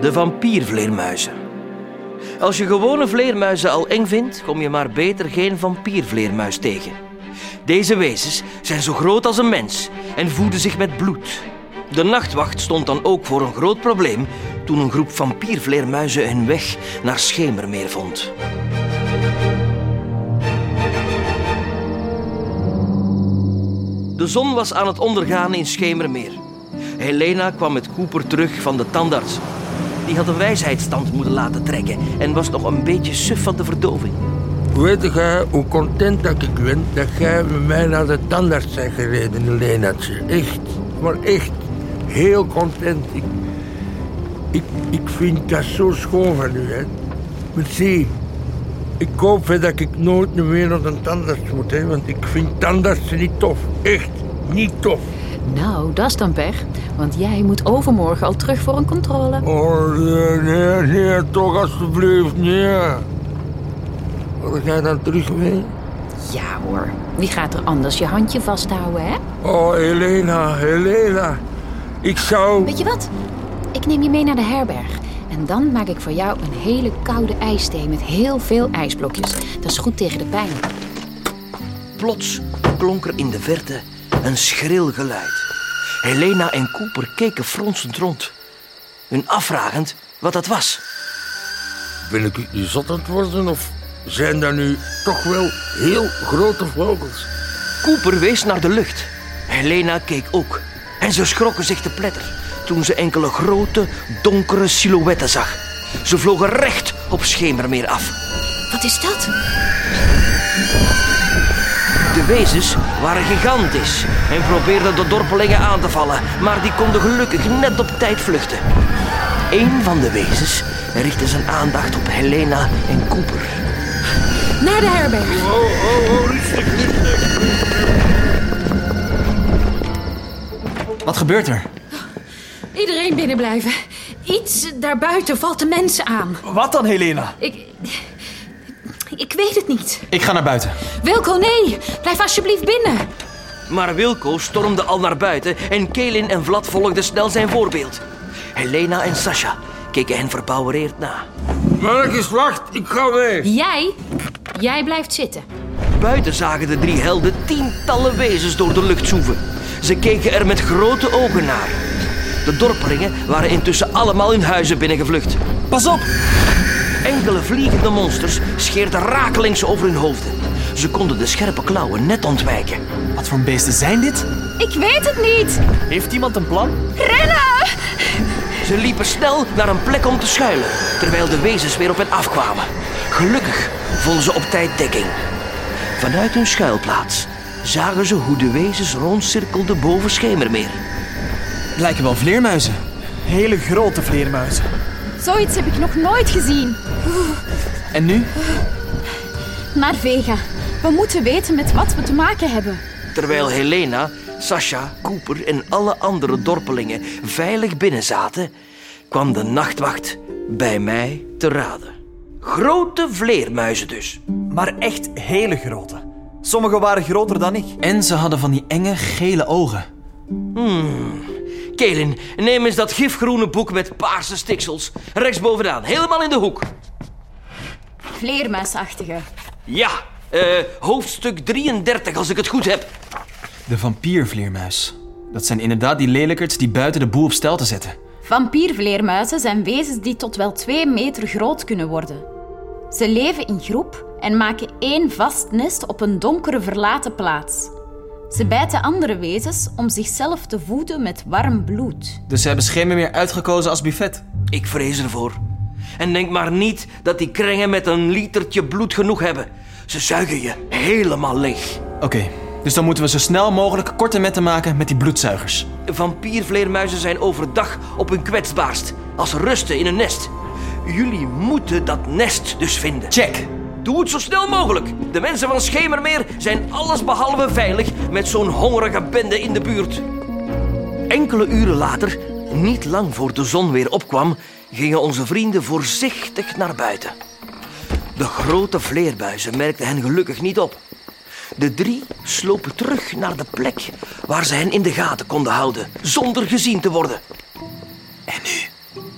De vampiervleermuizen. Als je gewone vleermuizen al eng vindt, kom je maar beter geen vampiervleermuis tegen. Deze wezens zijn zo groot als een mens en voeden zich met bloed. De nachtwacht stond dan ook voor een groot probleem toen een groep vampiervleermuizen hun weg naar Schemermeer vond. De zon was aan het ondergaan in Schemermeer. Helena kwam met Cooper terug van de tandarts. Die had een wijsheidstand moeten laten trekken en was nog een beetje suf van de verdoving. Weet jij hoe content dat ik ben dat jij met mij naar de tandarts bent gereden, Helenaatje? Echt, maar echt. Heel content. Ik vind dat zo schoon van u, hè. Merci. Ik hoop dat ik nooit meer naar een tandarts moet, hè, want ik vind tandartsen niet tof. Echt, niet tof. Nou, dat is dan pech. Want jij moet overmorgen al terug voor een controle. Oh, nee, toch alsjeblieft, nee. Wil jij dan terug mee? Ja hoor, wie gaat er anders je handje vasthouden, hè? Oh, Helena. Ik zou... Weet je wat? Ik neem je mee naar de herberg. En dan maak ik voor jou een hele koude ijsthee met heel veel ijsblokjes. Dat is goed tegen de pijn. Plots klonk er in de verte een schril geluid. Helena en Cooper keken fronsend rond, hun afvragend wat dat was. Ben ik nu zot aan het worden of zijn dat nu toch wel heel grote vogels? Cooper wees naar de lucht. Helena keek ook. En ze schrokken zich te pletter toen ze enkele grote, donkere silhouetten zag. Ze vlogen recht op Schemermeer af. Wat is dat? De wezens waren gigantisch en probeerden de dorpelingen aan te vallen, maar die konden gelukkig net op tijd vluchten. Eén van de wezens richtte zijn aandacht op Helena en Cooper. Naar de herberg. Rustig. Wat gebeurt er? Iedereen binnen blijven. Iets daarbuiten valt de mensen aan. Wat dan, Helena? Ik weet het niet. Ik ga naar buiten. Wilco, nee. Blijf alsjeblieft binnen. Maar Wilco stormde al naar buiten en Kelin en Vlad volgden snel zijn voorbeeld. Helena en Sasha keken hen verbouwereerd na. Mannetjes, wacht, ik ga weg. Jij blijft zitten. Buiten zagen de drie helden tientallen wezens door de lucht zoeven. Ze keken er met grote ogen naar. De dorpelingen waren intussen allemaal hun huizen binnengevlucht. Pas op! Enkele vliegende monsters scheerden rakelings over hun hoofden. Ze konden de scherpe klauwen net ontwijken. Wat voor beesten zijn dit? Ik weet het niet. Heeft iemand een plan? Rennen! Ze liepen snel naar een plek om te schuilen, terwijl de wezens weer op hen afkwamen. Gelukkig vonden ze op tijd dekking. Vanuit hun schuilplaats zagen ze hoe de wezens rondcirkelden boven Schemermeer. Het lijken wel vleermuizen. Hele grote vleermuizen. Zoiets heb ik nog nooit gezien. En nu? Naar Vega. We moeten weten met wat we te maken hebben. Terwijl Helena, Sasha, Cooper en alle andere dorpelingen veilig binnen zaten, kwam de nachtwacht bij mij te raden. Grote vleermuizen dus. Maar echt hele grote. Sommige waren groter dan ik. En ze hadden van die enge gele ogen. Kelin, neem eens dat gifgroene boek met paarse stiksels. Rechtsbovenaan, helemaal in de hoek. Vleermuisachtige. Ja, hoofdstuk 33 als ik het goed heb. De vampiervleermuis. Dat zijn inderdaad die lelijkerts die buiten de boel op stel te zetten. Vampiervleermuizen zijn wezens die tot wel 2 meter groot kunnen worden. Ze leven in groep en maken 1 vast nest op een donkere verlaten plaats. Ze bijten andere wezens om zichzelf te voeden met warm bloed. Dus ze hebben Schemermeer uitgekozen als buffet. Ik vrees ervoor. En denk maar niet dat die krengen met een litertje bloed genoeg hebben. Ze zuigen je helemaal leeg. Oké, dus dan moeten we zo snel mogelijk korte metten maken met die bloedzuigers. Vampiervleermuizen zijn overdag op hun kwetsbaarst, als ze rusten in een nest. Jullie moeten dat nest dus vinden. Check! Doe het zo snel mogelijk. De mensen van Schemermeer zijn allesbehalve veilig met zo'n hongerige bende in de buurt. Enkele uren later, niet lang voor de zon weer opkwam, gingen onze vrienden voorzichtig naar buiten. De grote vleermuizen merkten hen gelukkig niet op. De 3 slopen terug naar de plek waar ze hen in de gaten konden houden, zonder gezien te worden. En nu?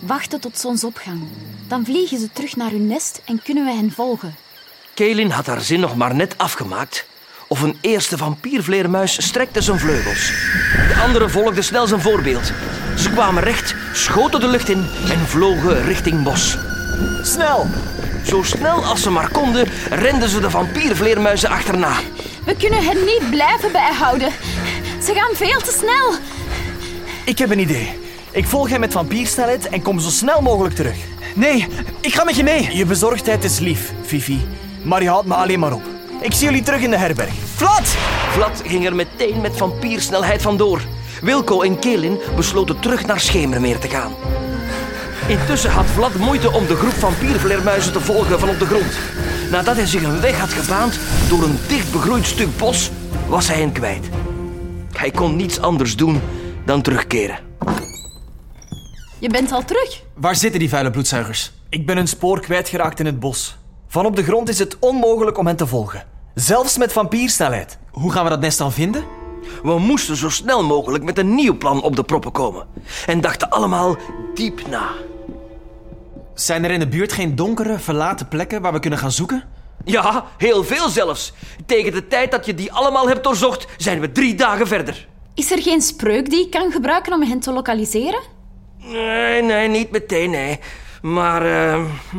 wachten tot zonsopgang. Dan vliegen ze terug naar hun nest en kunnen we hen volgen. Kaelin had haar zin nog maar net afgemaakt of een eerste vampiervleermuis strekte zijn vleugels. De andere volgden snel zijn voorbeeld. Ze kwamen recht, schoten de lucht in en vlogen richting bos. Snel! Zo snel als ze maar konden, renden ze de vampiervleermuizen achterna. We kunnen hen niet blijven bijhouden. Ze gaan veel te snel. Ik heb een idee. Ik volg hen met vampiersnelheid en kom zo snel mogelijk terug. Nee, ik ga met je mee. Je bezorgdheid is lief, Fifi. Maar je houdt me alleen maar op. Ik zie jullie terug in de herberg. Vlad! Vlad ging er meteen met vampiersnelheid vandoor. Wilco en Kaelin besloten terug naar Schemermeer te gaan. Intussen had Vlad moeite om de groep vampiervleermuizen te volgen van op de grond. Nadat hij zich een weg had gebaand door een dicht begroeid stuk bos, was hij hen kwijt. Hij kon niets anders doen dan terugkeren. Je bent al terug. Waar zitten die vuile bloedzuigers? Ik ben hun spoor kwijtgeraakt in het bos. Van op de grond is het onmogelijk om hen te volgen. Zelfs met vampiersnelheid. Hoe gaan we dat nest dan vinden? We moesten zo snel mogelijk met een nieuw plan op de proppen komen. En dachten allemaal diep na. Zijn er in de buurt geen donkere, verlaten plekken waar we kunnen gaan zoeken? Ja, heel veel zelfs. Tegen de tijd dat je die allemaal hebt doorzocht, zijn we 3 dagen verder. Is er geen spreuk die ik kan gebruiken om hen te lokaliseren? Nee, niet meteen, nee. Maar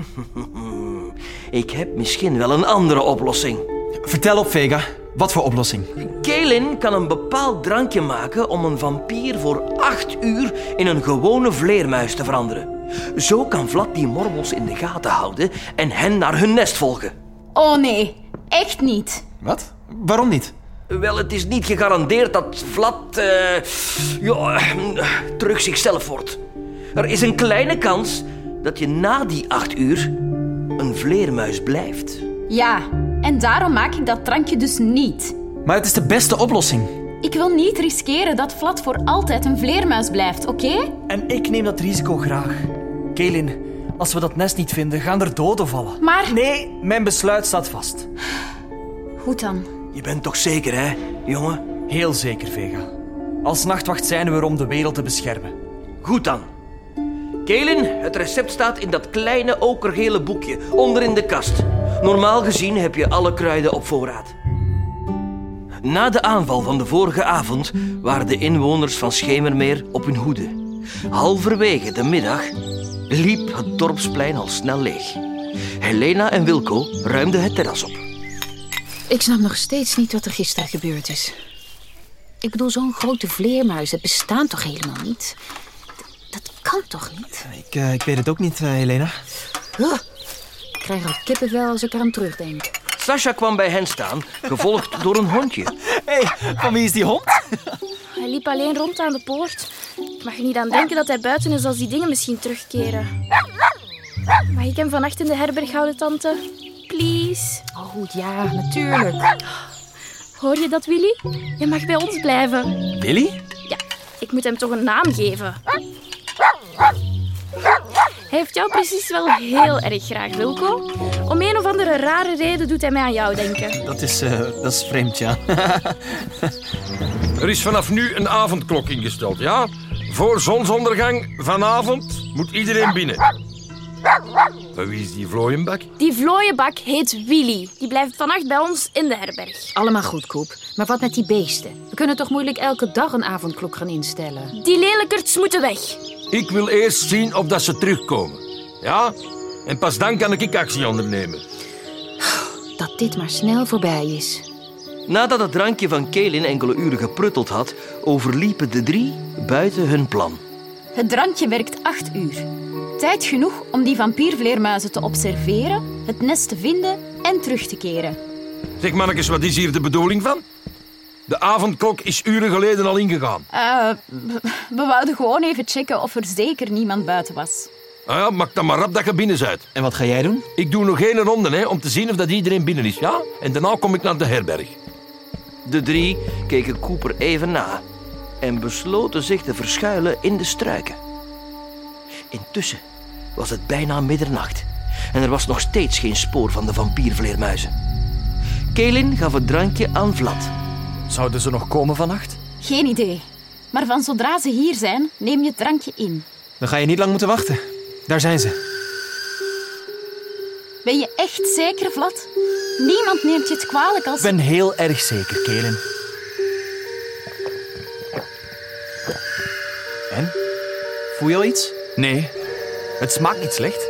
ik heb misschien wel een andere oplossing. Vertel op, Vega. Wat voor oplossing? Kaelin kan een bepaald drankje maken om een vampier voor 8 uur in een gewone vleermuis te veranderen. Zo kan Vlad die mormels in de gaten houden en hen naar hun nest volgen. Oh nee, echt niet. Wat? Waarom niet? Wel, het is niet gegarandeerd dat Vlad terug zichzelf wordt. Er is een kleine kans dat je na die 8 uur een vleermuis blijft. Ja, en daarom maak ik dat drankje dus niet. Maar het is de beste oplossing. Ik wil niet riskeren dat Vlad voor altijd een vleermuis blijft, oké? En ik neem dat risico graag. Kaelin, als we dat nest niet vinden, gaan er doden vallen. Maar... Nee, mijn besluit staat vast. Goed dan. Je bent toch zeker, hè, jongen? Heel zeker, Vega. Als nachtwacht zijn we er om de wereld te beschermen. Goed dan. Kaelin, het recept staat in dat kleine okergele boekje onder in de kast. Normaal gezien heb je alle kruiden op voorraad. Na de aanval van de vorige avond waren de inwoners van Schemermeer op hun hoede. Halverwege de middag liep het dorpsplein al snel leeg. Helena en Wilco ruimden het terras op. Ik snap nog steeds niet wat er gisteren gebeurd is. Ik bedoel, zo'n grote vleermuis, het bestaat toch helemaal niet? Dat kan toch niet? Ik weet het ook niet, Helena. Ik krijg al kippenvel als ik eraan terugdenk. Sasha kwam bij hen staan, gevolgd door een hondje. Hé, van wie is die hond? Hij liep alleen rond aan de poort. Ik mag er niet aan denken dat hij buiten is als die dingen misschien terugkeren. Mag ik hem vannacht in de herberg houden, tante? Please. Oh goed, ja, natuurlijk. Hoor je dat, Willy? Je mag bij ons blijven. Willy? Ja, ik moet hem toch een naam geven. Hij heeft jou precies wel heel erg graag, Wilco. Om een of andere rare reden doet hij mij aan jou denken. Dat is vreemd, ja. Er is vanaf nu een avondklok ingesteld, ja? Voor zonsondergang vanavond moet iedereen binnen. Van wie is die vlooienbak? Die vlooienbak heet Willy. Die blijft vannacht bij ons in de herberg. Allemaal goed, Koep. Maar wat met die beesten? We kunnen toch moeilijk elke dag een avondklok gaan instellen? Die lelijkerts moeten weg. Ik wil eerst zien of dat ze terugkomen. Ja? En pas dan kan ik actie ondernemen. Dat dit maar snel voorbij is. Nadat het drankje van Kaelin enkele uren geprutteld had, overliepen de 3 buiten hun plan. Het drankje werkt 8 uur. Tijd genoeg om die vampiervleermuizen te observeren, het nest te vinden en terug te keren. Zeg mannetjes, wat is hier de bedoeling van? De avondklok is uren geleden al ingegaan. We wouden gewoon even checken of er zeker niemand buiten was. Ah ja, maak dan maar rap dat je binnen bent. En wat ga jij doen? Ik doe nog 1 ronde, hè, om te zien of dat iedereen binnen is, ja? En daarna kom ik naar de herberg. De 3 keken Cooper even na en besloten zich te verschuilen in de struiken. Intussen was het bijna middernacht en er was nog steeds geen spoor van de vampiervleermuizen. Kaelin gaf het drankje aan Vlad. Zouden ze nog komen vannacht? Geen idee. Maar van zodra ze hier zijn, neem je het drankje in. Dan ga je niet lang moeten wachten. Daar zijn ze. Ben je echt zeker, Vlad? Niemand neemt je het kwalijk als... Ik ben heel erg zeker, Kaelin. En? Voel je al iets? Nee, het smaakt niet slecht.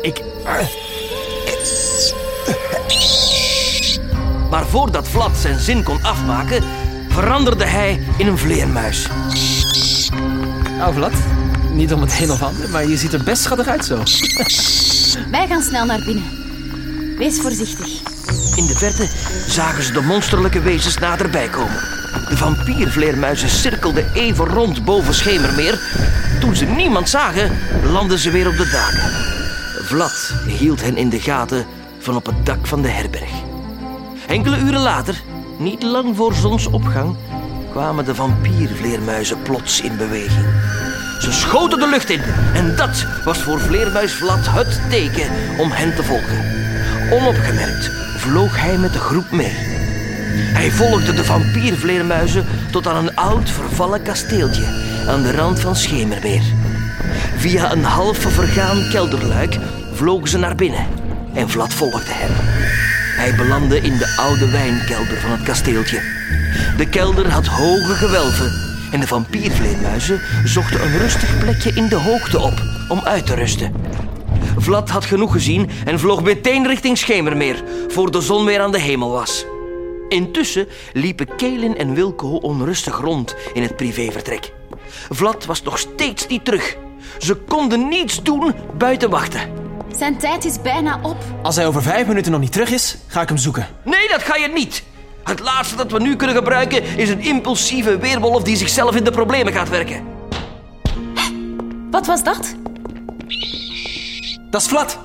Maar voordat Vlad zijn zin kon afmaken, veranderde hij in een vleermuis. Nou, Vlad. Niet om het een of ander, maar je ziet er best schattig uit zo. Wij gaan snel naar binnen. Wees voorzichtig. In de verte zagen ze de monsterlijke wezens naderbij komen. De vampiervleermuizen cirkelden even rond boven Schemermeer. Toen ze niemand zagen, landden ze weer op de daken. Vlad hield hen in de gaten van op het dak van de herberg. Enkele uren later, niet lang voor zonsopgang, kwamen de vampiervleermuizen plots in beweging. Ze schoten de lucht in en dat was voor vleermuis Vlad het teken om hen te volgen. Onopgemerkt vloog hij met de groep mee. Hij volgde de vampiervleermuizen tot aan een oud vervallen kasteeltje aan de rand van Schemermeer. Via een half vergaan kelderluik vlogen ze naar binnen en Vlad volgde hem. Hij belandde in de oude wijnkelder van het kasteeltje. De kelder had hoge gewelven en de vampiervleermuizen zochten een rustig plekje in de hoogte op om uit te rusten. Vlad had genoeg gezien en vloog meteen richting Schemermeer, voor de zon weer aan de hemel was. Intussen liepen Kaelin en Wilco onrustig rond in het privévertrek. Vlad was nog steeds niet terug. Ze konden niets doen buiten wachten. Zijn tijd is bijna op. Als hij over 5 minuten nog niet terug is, ga ik hem zoeken. Nee, dat ga je niet. Het laatste dat we nu kunnen gebruiken is een impulsieve weerwolf die zichzelf in de problemen gaat werken. Wat was dat? Dat is Vlad.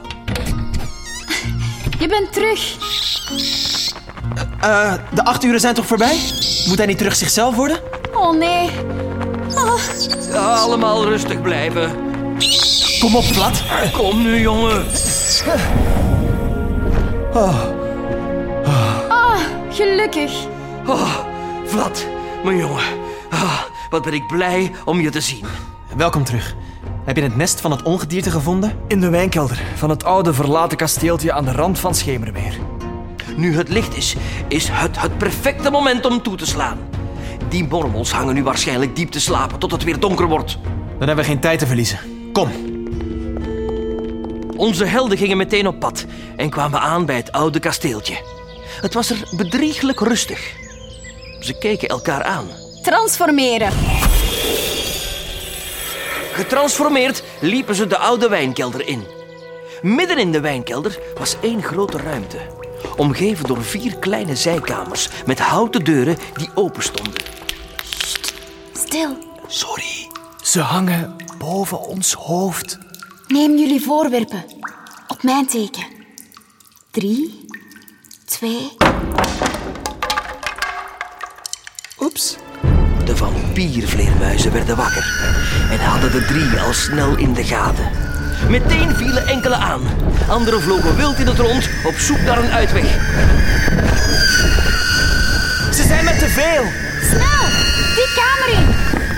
Je bent terug. De 8 uren zijn toch voorbij? Moet hij niet terug zichzelf worden? Oh nee. Oh. Ja, allemaal rustig blijven. Kom op, Vlad. Kom nu, jongen. Gelukkig. Oh, Vlad, mijn jongen. Wat ben ik blij om je te zien. Welkom terug. Heb je het nest van het ongedierte gevonden? In de wijnkelder van het oude verlaten kasteeltje aan de rand van Schemermeer. Nu het licht is het perfecte moment om toe te slaan. Die mormels hangen nu waarschijnlijk diep te slapen tot het weer donker wordt. Dan hebben we geen tijd te verliezen. Kom. Onze helden gingen meteen op pad en kwamen aan bij het oude kasteeltje. Het was er bedrieglijk rustig. Ze keken elkaar aan. Transformeren. Getransformeerd liepen ze de oude wijnkelder in. Midden in de wijnkelder was 1 grote ruimte, omgeven door 4 kleine zijkamers met houten deuren die open stonden. Stil. Sorry. Ze hangen boven ons hoofd. Neem jullie voorwerpen. Op mijn teken. 3, 2... Oeps. De vampiervleermuizen werden wakker en hadden de 3 al snel in de gaten. Meteen vielen enkele aan. Anderen vlogen wild in het rond op zoek naar een uitweg. Ze zijn met te veel. Snel! Die kamer in!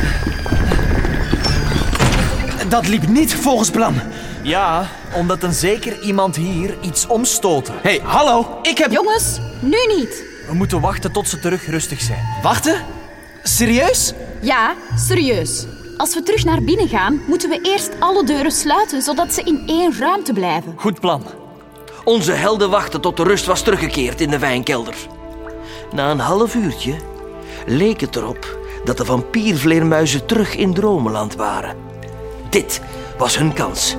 Dat liep niet volgens plan. Ja, omdat een zeker iemand hier iets omstoten. Hé, hallo. Ik heb... Jongens, nu niet. We moeten wachten tot ze terug rustig zijn. Wachten? Serieus? Ja, serieus. Als we terug naar binnen gaan, moeten we eerst alle deuren sluiten, zodat ze in 1 ruimte blijven. Goed plan. Onze helden wachten tot de rust was teruggekeerd in de wijnkelder. Na een half uurtje leek het erop dat de vampiervleermuizen terug in Dromeland waren. Dit was hun kans.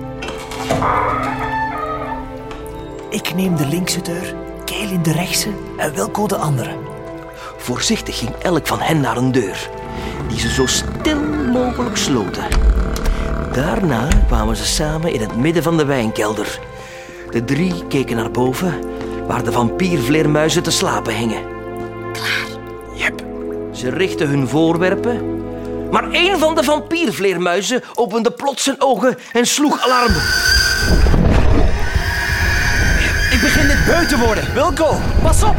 Ik neem de linkse deur, Kaelin de rechtse en Wilco de andere. Voorzichtig ging elk van hen naar een deur, die ze zo stil mogelijk sloten. Daarna kwamen ze samen in het midden van de wijnkelder. De 3 keken naar boven, waar de vampiervleermuizen te slapen hingen. Klaar. Yep. Ze richtten hun voorwerpen, maar 1 van de vampiervleermuizen opende plots zijn ogen en sloeg alarm. Ik begin dit beu te worden. Wilco, pas op.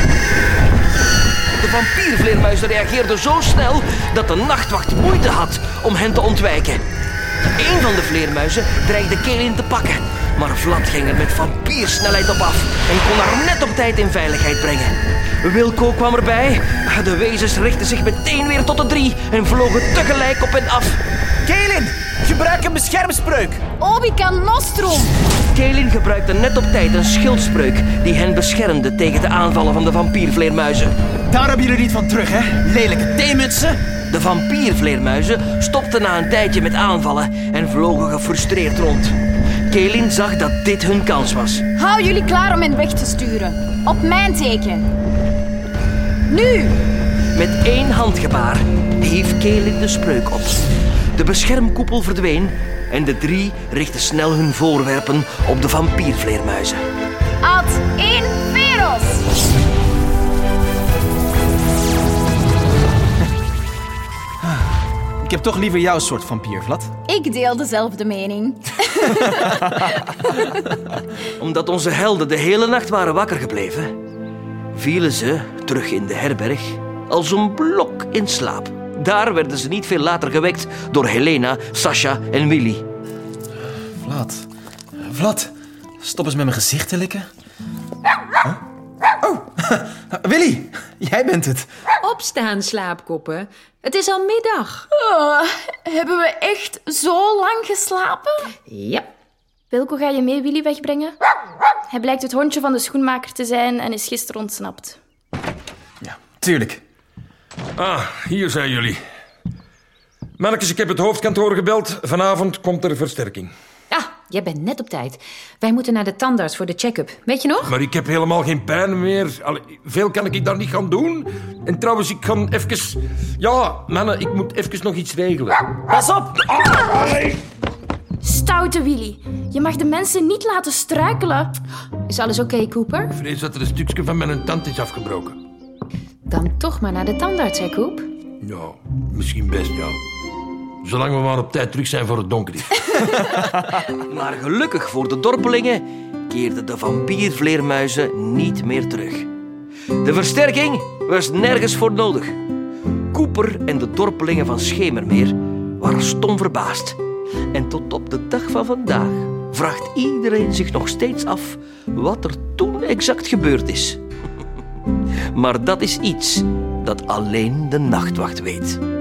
De vampiervleermuizen reageerden zo snel dat de nachtwacht moeite had om hen te ontwijken. Eén van de vleermuizen dreigde Kaelin te pakken. Maar Vlad ging er met vampiersnelheid op af en kon haar net op tijd in veiligheid brengen. Wilco kwam erbij. De wezens richtten zich meteen weer tot de 3 en vlogen tegelijk op hen af. Kaelin, gebruik een beschermspreuk. Obican Nostrum! Kaelin gebruikte net op tijd een schildspreuk die hen beschermde tegen de aanvallen van de vampiervleermuizen. Daar hebben jullie niet van terug, hè? Lelijke theemutsen. De vampiervleermuizen stopten na een tijdje met aanvallen en vlogen gefrustreerd rond. Kaelin zag dat dit hun kans was. Hou jullie klaar om hen weg te sturen. Op mijn teken. Nu! Met 1 handgebaar hief Kaelin de spreuk op. De beschermkoepel verdween en de 3 richtten snel hun voorwerpen op de vampiervleermuizen. Ad inferos! Ik heb toch liever jouw soort vampier, Vlad. Ik deel dezelfde mening. Omdat onze helden de hele nacht waren wakker gebleven, vielen ze, terug in de herberg, als een blok in slaap. Daar werden ze niet veel later gewekt door Helena, Sasha en Willy. Vlad, stop eens met mijn gezicht te likken. Huh? Oh, Willy, jij bent het. Opstaan, slaapkoppen. Het is al middag. Hebben we echt zo lang geslapen? Ja. Wilco, ga je mee Willy wegbrengen? Hij blijkt het hondje van de schoenmaker te zijn en is gisteren ontsnapt. Ja, tuurlijk. Ah, hier zijn jullie. Mannetjes, ik heb het hoofdkantoor gebeld. Vanavond komt er versterking. Ah, jij bent net op tijd. Wij moeten naar de tandarts voor de check-up. Weet je nog? Maar ik heb helemaal geen pijn meer. Veel kan ik daar niet gaan doen. En trouwens, ik ga even... Ja, mannen, ik moet even nog iets regelen. Pas op! Stoute Willy. Je mag de mensen niet laten struikelen. Is alles oké, Cooper? Ik vrees dat er een stukje van mijn tand is afgebroken. Dan toch maar naar de tandarts, hè, Coop? Ja, misschien best, ja. Zolang we maar op tijd terug zijn voor het donker is. Maar gelukkig voor de dorpelingen keerden de vampiervleermuizen niet meer terug. De versterking was nergens voor nodig. Cooper en de dorpelingen van Schemermeer waren stom verbaasd. En tot op de dag van vandaag vraagt iedereen zich nog steeds af wat er toen exact gebeurd is. Maar dat is iets dat alleen de nachtwacht weet.